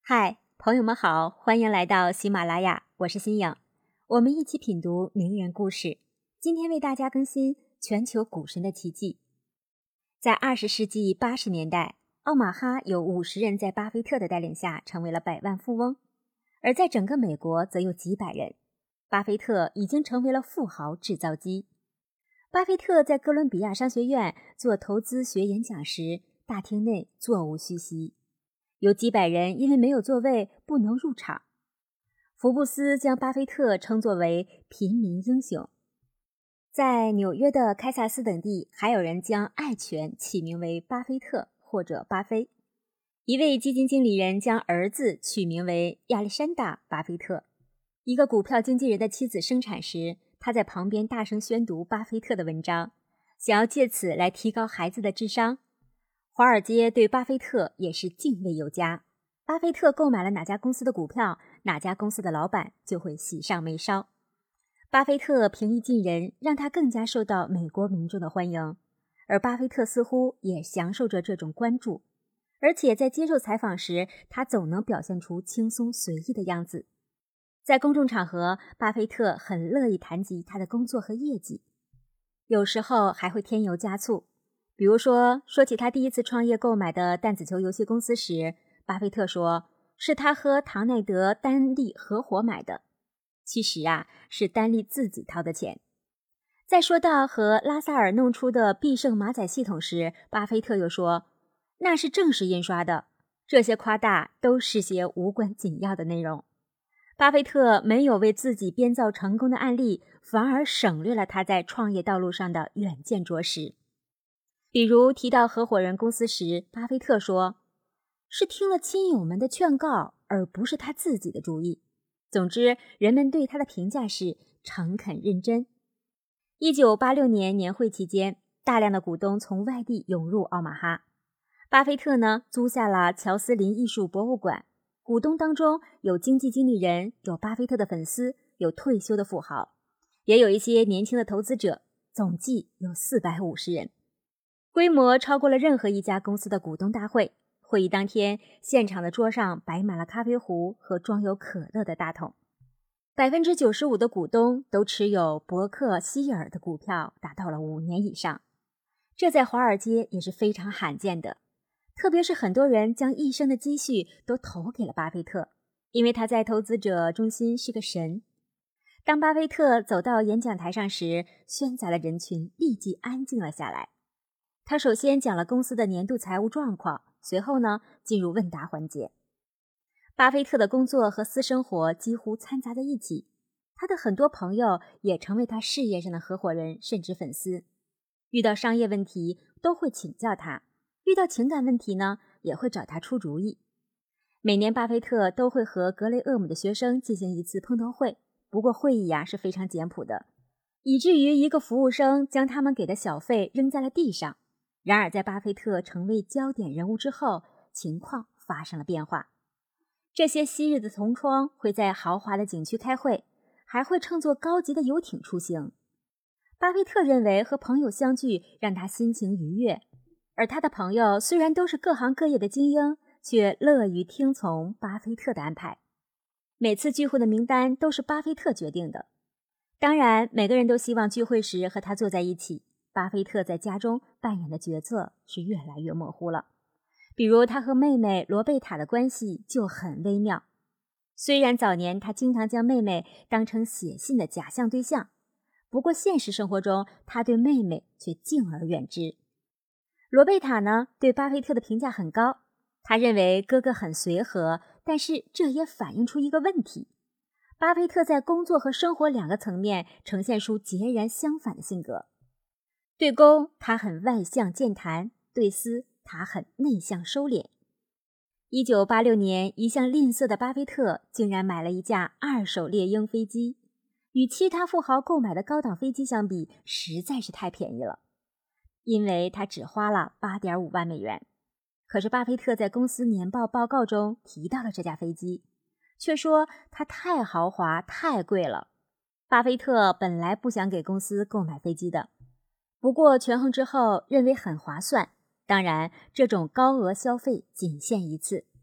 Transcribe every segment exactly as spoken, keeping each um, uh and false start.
嗨，朋友们好，欢迎来到喜马拉雅，我是新颖，我们一起品读名人故事。今天为大家更新全球股神的奇迹。在二十世纪八十年代，奥马哈有五十人在巴菲特的带领下成为了百万富翁，而在整个美国则有几百人。巴菲特已经成为了富豪制造机。巴菲特在哥伦比亚商学院做投资学演讲时，大厅内座无虚席。有几百人因为没有座位不能入场。福布斯将巴菲特称作为贫民英雄。在纽约的开萨斯等地，还有人将爱犬起名为巴菲特或者巴菲。一位基金经理人将儿子取名为亚历山大·巴菲特。一个股票经纪人的妻子生产时，他在旁边大声宣读巴菲特的文章，想要借此来提高孩子的智商。华尔街对巴菲特也是敬畏有加，巴菲特购买了哪家公司的股票，哪家公司的老板就会喜上眉梢。巴菲特平易近人，让他更加受到美国民众的欢迎，而巴菲特似乎也享受着这种关注，而且在接受采访时，他总能表现出轻松随意的样子。在公众场合，巴菲特很乐意谈及他的工作和业绩，有时候还会添油加醋。比如说，说起他第一次创业购买的弹子球游戏公司时，巴菲特说是他和唐奈德·丹利合伙买的，其实啊，是丹利自己掏的钱。在说到和拉萨尔弄出的必胜马仔系统时，巴菲特又说那是正式印刷的，这些夸大都是些无关紧要的内容。巴菲特没有为自己编造成功的案例，反而省略了他在创业道路上的远见卓识。比如提到合伙人公司时，巴菲特说是听了亲友们的劝告，而不是他自己的主意。总之，人们对他的评价是诚恳认真。一九八六年年会期间，大量的股东从外地涌入奥马哈。巴菲特呢，租下了乔斯林艺术博物馆。股东当中有经济经理人，有巴菲特的粉丝，有退休的富豪，也有一些年轻的投资者，总计有四百五十人。规模超过了任何一家公司的股东大会。会议当天，现场的桌上摆满了咖啡壶和装有可乐的大桶。百分之九十五的股东都持有伯克希尔的股票，达到了五年以上。这在华尔街也是非常罕见的。特别是很多人将一生的积蓄都投给了巴菲特，因为他在投资者中心是个神。当巴菲特走到演讲台上时，喧杂的人群立即安静了下来。他首先讲了公司的年度财务状况，随后呢，进入问答环节。巴菲特的工作和私生活几乎掺杂在一起，他的很多朋友也成为他事业上的合伙人，甚至粉丝。遇到商业问题都会请教他，遇到情感问题呢，也会找他出主意。每年巴菲特都会和格雷厄姆的学生进行一次碰头会，不过会议啊是非常简朴的，以至于一个服务生将他们给的小费扔在了地上。然而在巴菲特成为焦点人物之后，情况发生了变化。这些昔日的同窗会在豪华的景区开会，还会乘坐高级的游艇出行。巴菲特认为和朋友相聚让他心情愉悦，而他的朋友虽然都是各行各业的精英，却乐于听从巴菲特的安排。每次聚会的名单都是巴菲特决定的。当然，每个人都希望聚会时和他坐在一起。巴菲特在家中扮演的角色是越来越模糊了。比如他和妹妹罗贝塔的关系就很微妙。虽然早年他经常将妹妹当成写信的假象对象，不过现实生活中他对妹妹却敬而远之。罗贝塔呢，对巴菲特的评价很高，他认为哥哥很随和，但是这也反映出一个问题：巴菲特在工作和生活两个层面呈现出截然相反的性格。对公，他很外向健谈；对私，他很内向收敛。一九八六年，一向吝啬的巴菲特竟然买了一架二手猎鹰飞机，与其他富豪购买的高档飞机相比，实在是太便宜了。因为他只花了 八点五万美元。可是巴菲特在公司年报报告中提到了这架飞机，却说它太豪华太贵了。巴菲特本来不想给公司购买飞机的，不过权衡之后认为很划算。当然，这种高额消费仅限一次，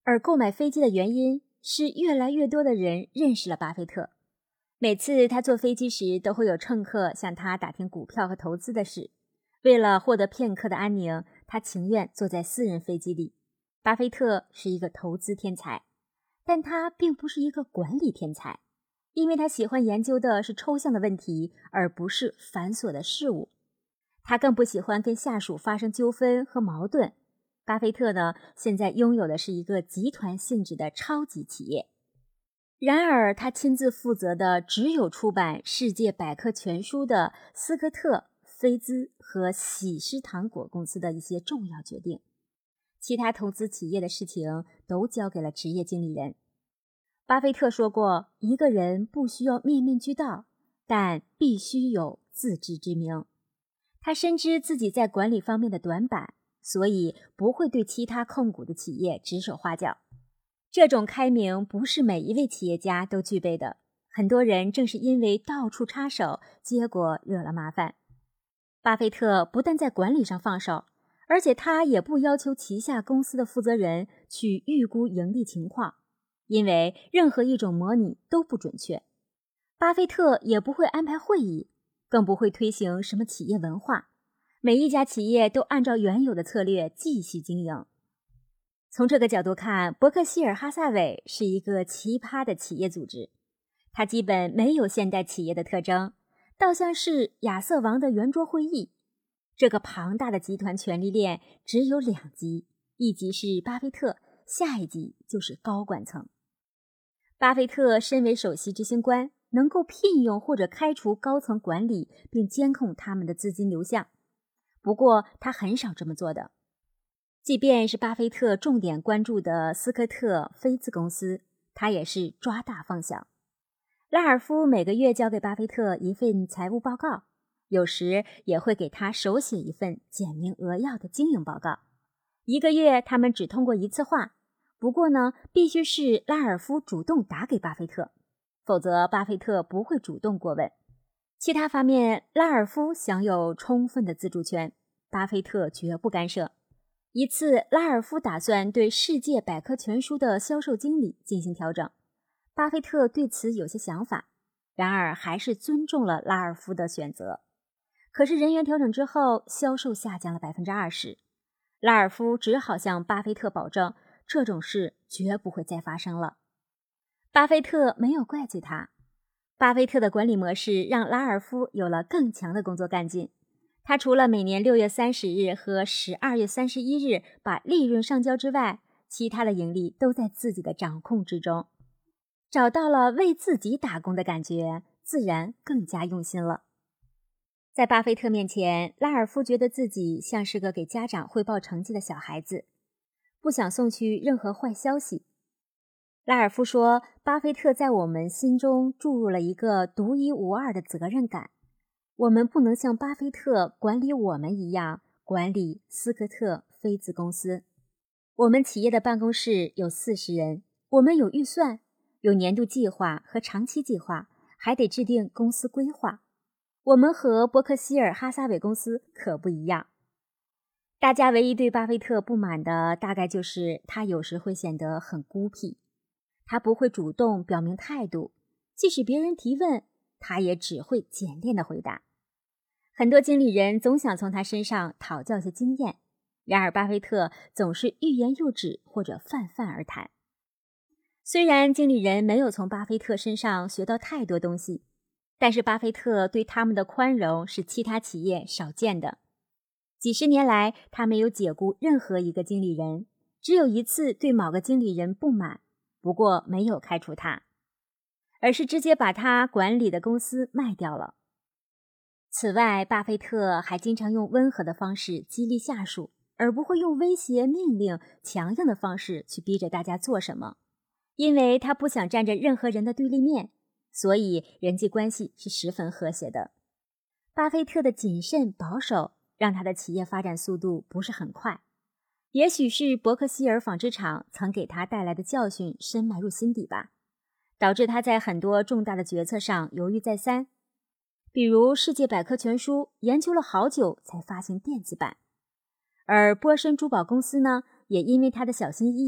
而购买飞机的原因是越来越多的人认识了巴菲特。每次他坐飞机时，都会有乘客向他打听股票和投资的事。为了获得片刻的安宁，他情愿坐在私人飞机里。巴菲特是一个投资天才，但他并不是一个管理天才，因为他喜欢研究的是抽象的问题，而不是繁琐的事物。他更不喜欢跟下属发生纠纷和矛盾。巴菲特呢，现在拥有的是一个集团性质的超级企业。然而，他亲自负责的只有出版《世界百科全书》的斯科特、菲兹和喜诗糖果公司的一些重要决定，其他投资企业的事情都交给了职业经理人。巴菲特说过，一个人不需要面面俱到，但必须有自知之明。他深知自己在管理方面的短板，所以不会对其他控股的企业指手画脚。这种开明不是每一位企业家都具备的，很多人正是因为到处插手，结果惹了麻烦。巴菲特不但在管理上放手，而且他也不要求旗下公司的负责人去预估盈利情况，因为任何一种模拟都不准确。巴菲特也不会安排会议，更不会推行什么企业文化，每一家企业都按照原有的策略继续经营。从这个角度看，伯克希尔哈撒韦是一个奇葩的企业组织，它基本没有现代企业的特征，倒像是亚瑟王的圆桌会议。这个庞大的集团权力链只有两级，一级是巴菲特，下一级就是高管层。巴菲特身为首席执行官，能够聘用或者开除高层管理，并监控他们的资金流向。不过他很少这么做的。即便是巴菲特重点关注的斯科特菲兹公司，他也是抓大放小。拉尔夫每个月交给巴菲特一份财务报告，有时也会给他手写一份简明扼要的经营报告。一个月他们只通过一次话，不过呢，必须是拉尔夫主动打给巴菲特，否则巴菲特不会主动过问。其他方面，拉尔夫享有充分的自主权，巴菲特绝不干涉。一次，拉尔夫打算对世界百科全书的销售经理进行调整，巴菲特对此有些想法，然而还是尊重了拉尔夫的选择。可是人员调整之后，销售下降了 百分之二十， 拉尔夫只好向巴菲特保证，这种事绝不会再发生了。巴菲特没有怪罪他，巴菲特的管理模式让拉尔夫有了更强的工作干劲。他除了每年六月三十日和十二月三十一日把利润上交之外，其他的盈利都在自己的掌控之中。找到了为自己打工的感觉，自然更加用心了。在巴菲特面前，拉尔夫觉得自己像是个给家长汇报成绩的小孩子，不想送去任何坏消息。拉尔夫说，巴菲特在我们心中注入了一个独一无二的责任感，我们不能像巴菲特管理我们一样管理斯科特菲兹公司。我们企业的办公室有四十人，我们有预算，有年度计划和长期计划，还得制定公司规划。我们和伯克希尔哈撒韦公司可不一样。大家唯一对巴菲特不满的，大概就是他有时会显得很孤僻。他不会主动表明态度，即使别人提问，他也只会简练的回答。很多经理人总想从他身上讨教些经验，然而巴菲特总是欲言又止或者泛泛而谈。虽然经理人没有从巴菲特身上学到太多东西，但是巴菲特对他们的宽容是其他企业少见的。几十年来，他没有解雇任何一个经理人，只有一次对某个经理人不满，不过没有开除他，而是直接把他管理的公司卖掉了。此外，巴菲特还经常用温和的方式激励下属，而不会用威胁、命令、强硬的方式去逼着大家做什么，因为他不想站着任何人的对立面，所以人际关系是十分和谐的。巴菲特的谨慎保守让他的企业发展速度不是很快，也许是伯克希尔纺织厂曾给他带来的教训深埋入心底吧，导致他在很多重大的决策上犹豫再三。比如世界百科全书研究了好久才发行电子版，而波申珠宝公司呢，也因为他的小心翼翼，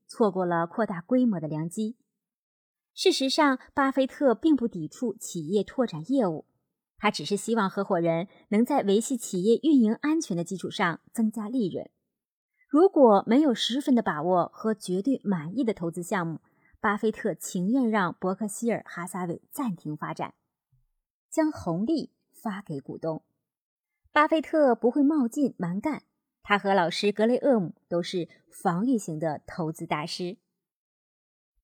错过了扩大规模的良机。事实上，巴菲特并不抵触企业拓展业务，他只是希望合伙人能在维系企业运营安全的基础上增加利润。如果没有十分的把握和绝对满意的投资项目，巴菲特情愿让伯克希尔哈撒韦暂停发展，将红利发给股东。巴菲特不会冒进蛮干，他和老师格雷厄姆都是防御型的投资大师。